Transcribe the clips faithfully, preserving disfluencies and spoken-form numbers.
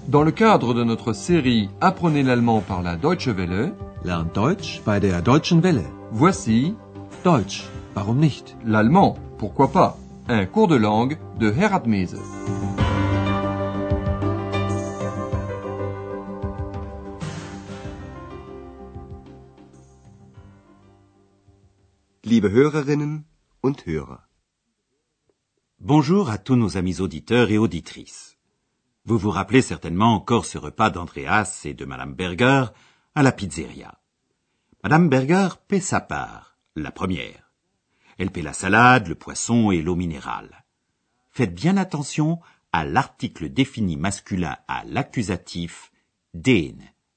Dans le cadre de notre série Apprenez l'allemand par la Deutsche Welle, Lernt Deutsch bei der Deutschen Welle. voici Deutsch, warum nicht? l'allemand, pourquoi pas, un cours de langue de Herat Mese. Liebe Hörerinnen und Hörer. Bonjour à tous nos amis auditeurs et auditrices. Vous vous rappelez certainement encore ce repas d'Andreas et de Madame Berger à la pizzeria. Madame Berger paie sa part, la première. Elle paie la salade, le poisson et l'eau minérale. Faites bien attention à l'article défini masculin à l'accusatif den.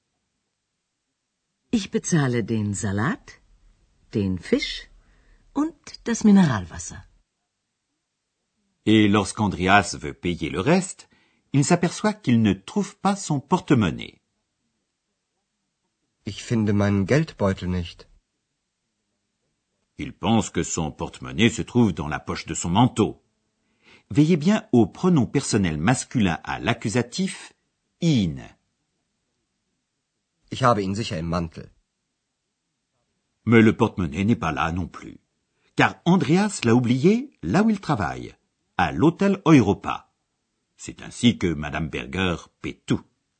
Ich bezahle den Salat, den Fisch und das Mineralwasser. Et lorsqu'Andreas veut payer le reste, il s'aperçoit qu'il ne trouve pas son porte-monnaie. Ich finde meinen Geldbeutel nicht. Il pense que son porte-monnaie se trouve dans la poche de son manteau. Veillez bien au pronom personnel masculin à l'accusatif ihn. Ich habe ihn sicher im Mantel. Mais le porte-monnaie n'est pas là non plus, car Andreas l'a oublié là où il travaille, à l'hôtel Europa. C'est ainsi que Madame Berger paie tout.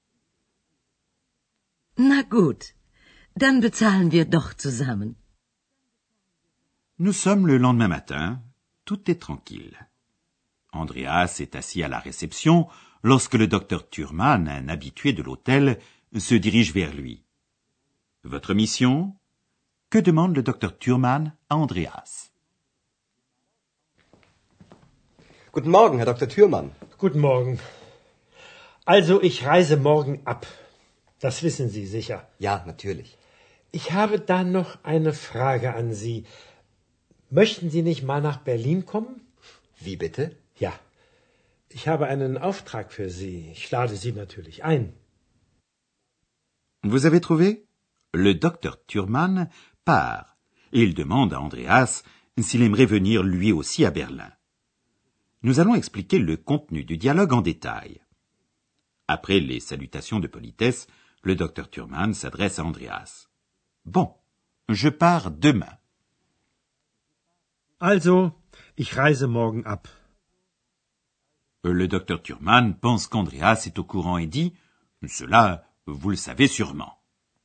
Na gut, dann bezahlen wir doch zusammen. Nous sommes le lendemain matin, tout est tranquille. Andreas est assis à la réception lorsque le docteur Thurman, un habitué de l'hôtel, se dirige vers lui. Votre mission? Que demande le docteur Thurman à Andreas? Guten Morgen, Herr Doktor Thürmann. Guten Morgen. Also, ich reise morgen ab. Das wissen Sie sicher. Ja, natürlich. Ich habe da noch eine Frage an Sie. Möchten Sie nicht mal nach Berlin kommen? Wie bitte? Ja. Ich habe einen Auftrag für Sie. Ich lade Sie natürlich ein. Vous avez trouvé? Le docteur Thurman part et il demande à Andreas s'il aimerait venir lui aussi à Berlin. Nous allons expliquer le contenu du dialogue en détail. Après les salutations de politesse, le docteur Thurman s'adresse à Andreas. Bon, je pars demain. Also, ich reise morgen ab. Le docteur Thurman pense qu'Andreas est au courant et dit « Cela, vous le savez sûrement. »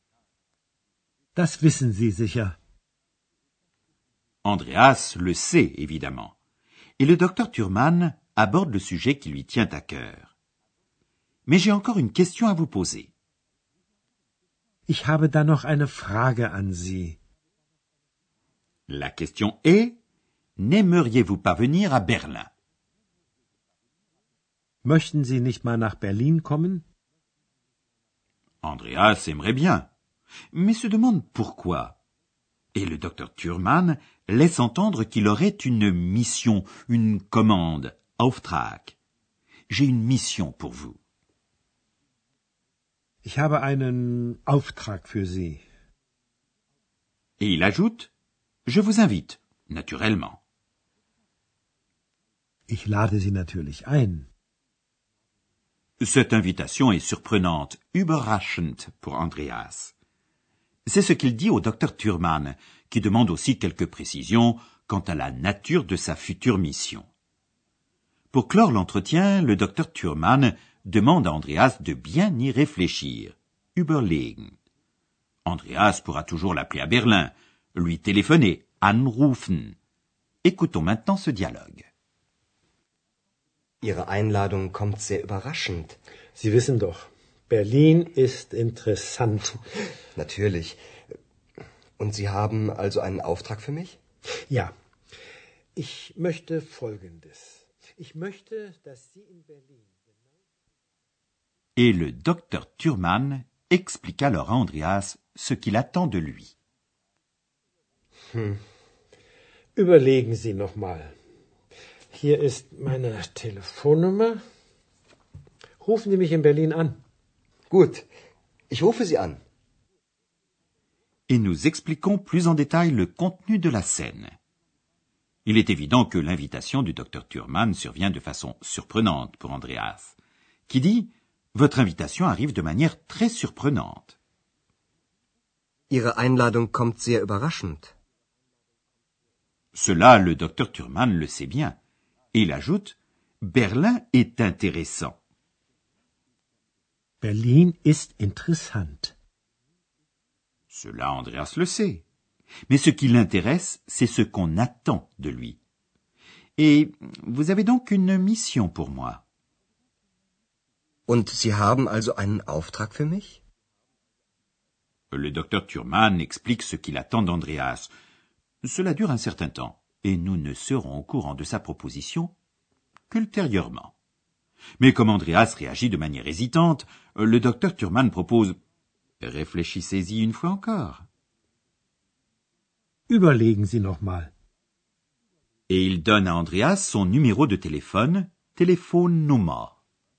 Das wissen Sie sicher. Andreas le sait, évidemment. Et le docteur Thurman aborde le sujet qui lui tient à cœur. Mais j'ai encore une question à vous poser. Ich habe da noch eine Frage an Sie. La question est, n'aimeriez-vous pas venir à Berlin? Möchten Sie nicht mal nach Berlin kommen? Andreas aimerait bien, mais se demande pourquoi. Et le docteur Thurman laisse entendre qu'il aurait une mission, une commande, Auftrag. J'ai une mission pour vous. Ich habe einen Auftrag für Sie. Et il ajoute, je vous invite, naturellement. Ich lade Sie natürlich ein. Cette invitation est surprenante, überraschend pour Andreas. C'est ce qu'il dit au docteur Thurman, qui demande aussi quelques précisions quant à la nature de sa future mission. Pour clore l'entretien, le docteur Thurman demande à Andreas de bien y réfléchir, überlegen. Andreas pourra toujours l'appeler à Berlin, lui téléphoner, anrufen. Écoutons maintenant ce dialogue. Ihre Einladung kommt sehr überraschend. Sie wissen doch, Berlin ist interessant. Natürlich. Und Sie haben also einen Auftrag für mich? Ja. Ich möchte Folgendes. Ich möchte, dass Sie in Berlin... Et le docteur Thurman explique alors à Andreas ce qu'il attend de lui. Hm. Überlegen Sie noch mal. Hier ist meine Telefonnummer. Rufen Sie mich in Berlin an. Gut, ich rufe Sie an. Et nous expliquons plus en détail le contenu de la scène. Il est évident que l'invitation du docteur Thurman survient de façon surprenante pour Andreas, qui dit Votre invitation arrive de manière très surprenante. Ihre Einladung kommt sehr überraschend. Cela, le docteur Thurman le sait bien. Et il ajoute « Berlin est intéressant ». Berlin ist interessant. Cela, Andreas le sait. Mais ce qui l'intéresse, c'est ce qu'on attend de lui. Et vous avez donc une mission pour moi. Und Sie haben also einen Auftrag für mich? Le docteur Thurman explique ce qu'il attend d'Andreas. Cela dure un certain temps, et nous ne serons au courant de sa proposition qu'ultérieurement. Mais comme Andreas réagit de manière hésitante, le docteur Thurman propose « Réfléchissez-y une fois encore ». Überlegen Sie noch mal. Et il donne à Andreas son numéro de téléphone, Telefonnummer.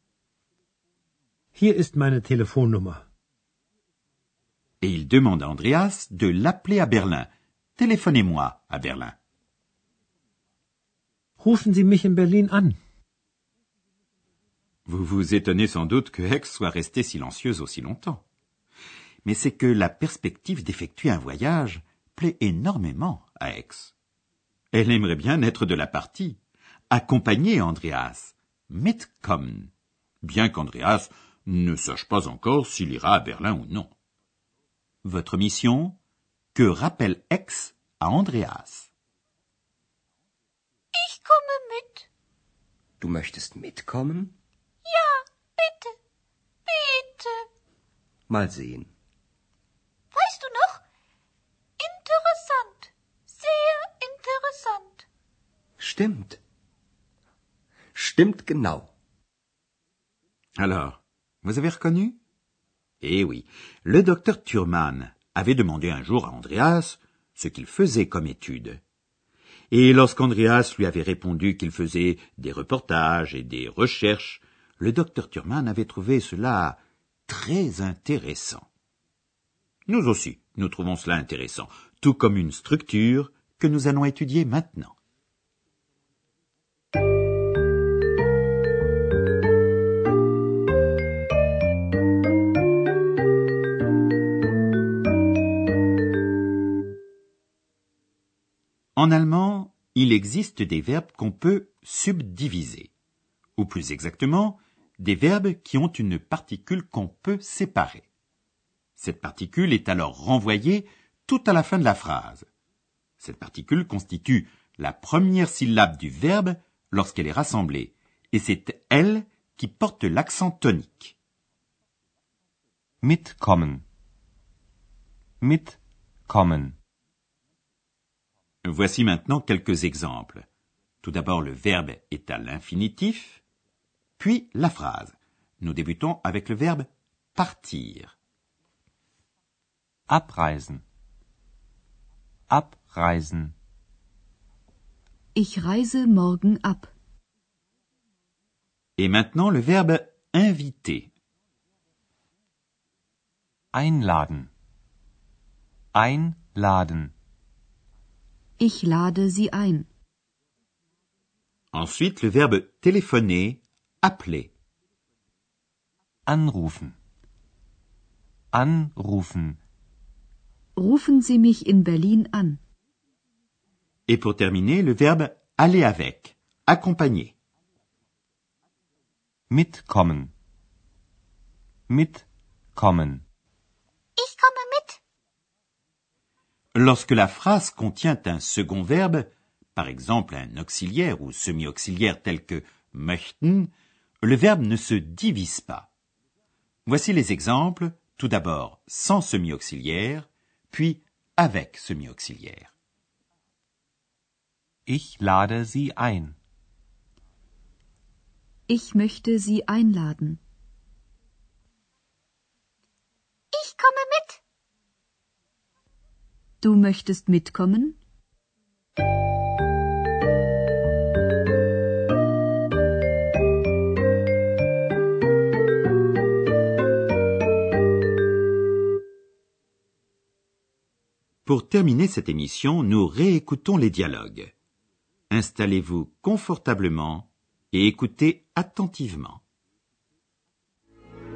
Hier ist meine Telefonnummer. Et il demande à Andreas de l'appeler à Berlin. Téléphonez-moi à Berlin. Rufen Sie mich in Berlin an. Vous vous étonnez sans doute que Aix soit restée silencieuse aussi longtemps. Mais c'est que la perspective d'effectuer un voyage plaît énormément à Aix. Elle aimerait bien être de la partie, accompagner Andreas, mitkommen, bien qu'Andreas ne sache pas encore s'il ira à Berlin ou non. Votre mission, que rappelle Aix à Andreas? Ich komme mit. Du möchtest mitkommen? Ja, bitte, bitte. Mal sehen. Weißt du noch? Interessant, sehr interessant. Stimmt. Stimmt genau. Alors, vous avez reconnu? Eh oui, le docteur Thurman avait demandé un jour à Andreas ce qu'il faisait comme étude. Et lorsqu'Andreas lui avait répondu qu'il faisait des reportages et des recherches, le docteur Thurman avait trouvé cela très intéressant. Nous aussi, nous trouvons cela intéressant, tout comme une structure que nous allons étudier maintenant. En allemand, il existe des verbes qu'on peut subdiviser, ou plus exactement, des verbes qui ont une particule qu'on peut séparer. Cette particule est alors renvoyée tout à la fin de la phrase. Cette particule constitue la première syllabe du verbe lorsqu'elle est rassemblée, et c'est elle qui porte l'accent tonique. Mitkommen. Mitkommen. Voici maintenant quelques exemples. Tout d'abord, le verbe est à l'infinitif, puis la phrase. Nous débutons avec le verbe partir. Abreisen. Abreisen. Ich reise morgen ab. Et maintenant le verbe inviter. Einladen. Einladen. Ich lade Sie ein. Ensuite, le verbe téléphoner, appeler. Anrufen. Anrufen. Rufen Sie mich in Berlin an. Et pour terminer, le verbe aller avec, accompagner. Mitkommen. Mitkommen. Ich komme mit. Lorsque la phrase contient un second verbe, par exemple un auxiliaire ou semi-auxiliaire tel que möchten, le verbe ne se divise pas. Voici les exemples, tout d'abord sans semi-auxiliaire, puis avec semi-auxiliaire. Ich lade Sie ein. Ich möchte Sie einladen. Ich komme mit. Du möchtest mitkommen? Pour terminer cette émission, nous réécoutons les dialogues. Installez-vous confortablement et écoutez attentivement.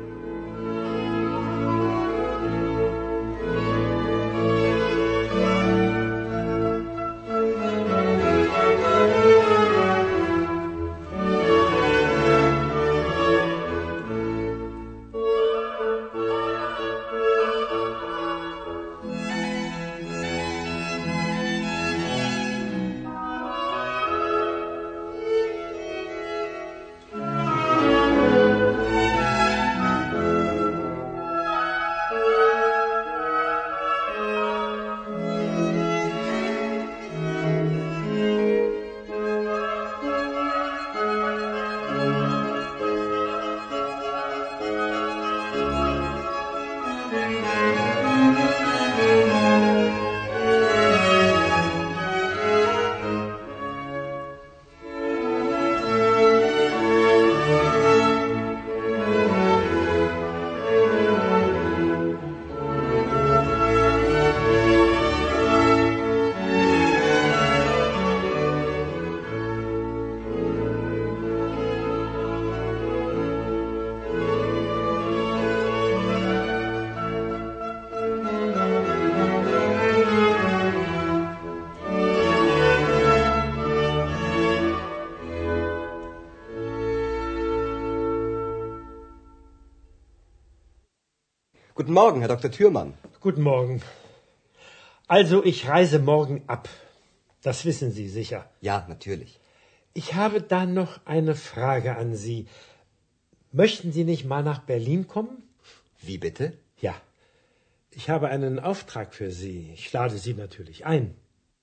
Guten Morgen, Herr Doktor Thürmann. Guten Morgen. Also, ich reise morgen ab. Das wissen Sie sicher. Ja, natürlich. Ich habe da noch eine Frage an Sie. Möchten Sie nicht mal nach Berlin kommen? Wie bitte? Ja. Ich habe einen Auftrag für Sie. Ich lade Sie natürlich ein.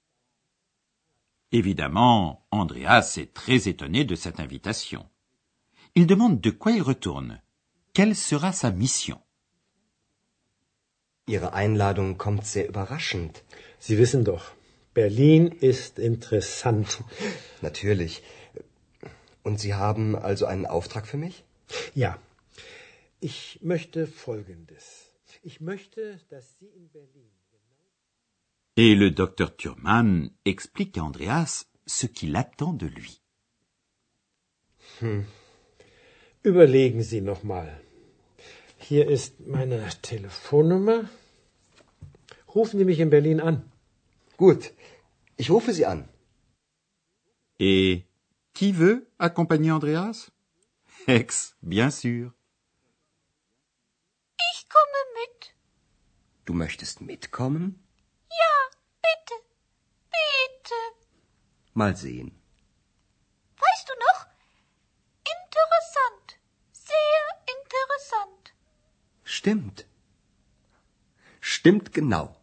Évidemment, Andreas est très étonné de cette invitation. Il demande de quoi il retourne. Quelle sera sa mission? Ihre Einladung kommt sehr überraschend. Sie wissen doch, Berlin ist interessant. Natürlich. Und Sie haben also einen Auftrag für mich? Ja. Ich möchte Folgendes. Ich möchte, dass Sie in Berlin... Et le docteur Thurman explique à Andreas ce qu'il attend de lui. Hm. Überlegen Sie noch mal. Hier ist meine Telefonnummer. Rufen Sie mich in Berlin an. Gut, ich rufe Sie an. Et qui veut accompagner Andreas? Hex, bien sûr. Ich komme mit. Du möchtest mitkommen? Ja, bitte. Bitte. Mal sehen. Weißt du noch? Interessant. Sehr interessant. Stimmt. Stimmt genau.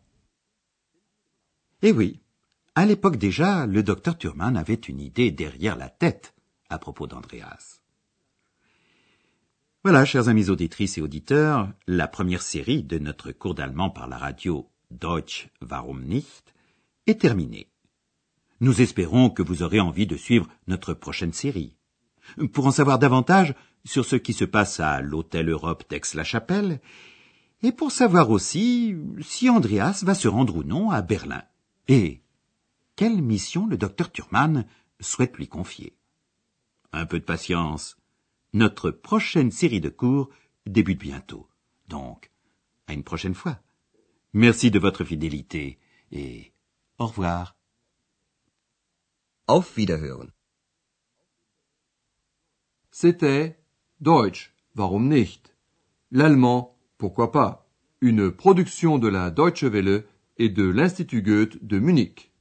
Eh oui, à l'époque déjà, le docteur Thurman avait une idée derrière la tête à propos d'Andreas. Voilà, chers amis auditrices et auditeurs, la première série de notre cours d'allemand par la radio Deutsch, warum nicht est terminée. Nous espérons que vous aurez envie de suivre notre prochaine série. Pour en savoir davantage sur ce qui se passe à l'Hôtel Europe d'Aix-la-Chapelle, et pour savoir aussi si Andreas va se rendre ou non à Berlin, et quelle mission le docteur Thurman souhaite lui confier. Un peu de patience. Notre prochaine série de cours débute bientôt. Donc, à une prochaine fois. Merci de votre fidélité et au revoir. Auf Wiederhören. C'était Deutsch, warum nicht? L'allemand, pourquoi pas? Une production de la Deutsche Welle et de l'Institut Goethe de Munich.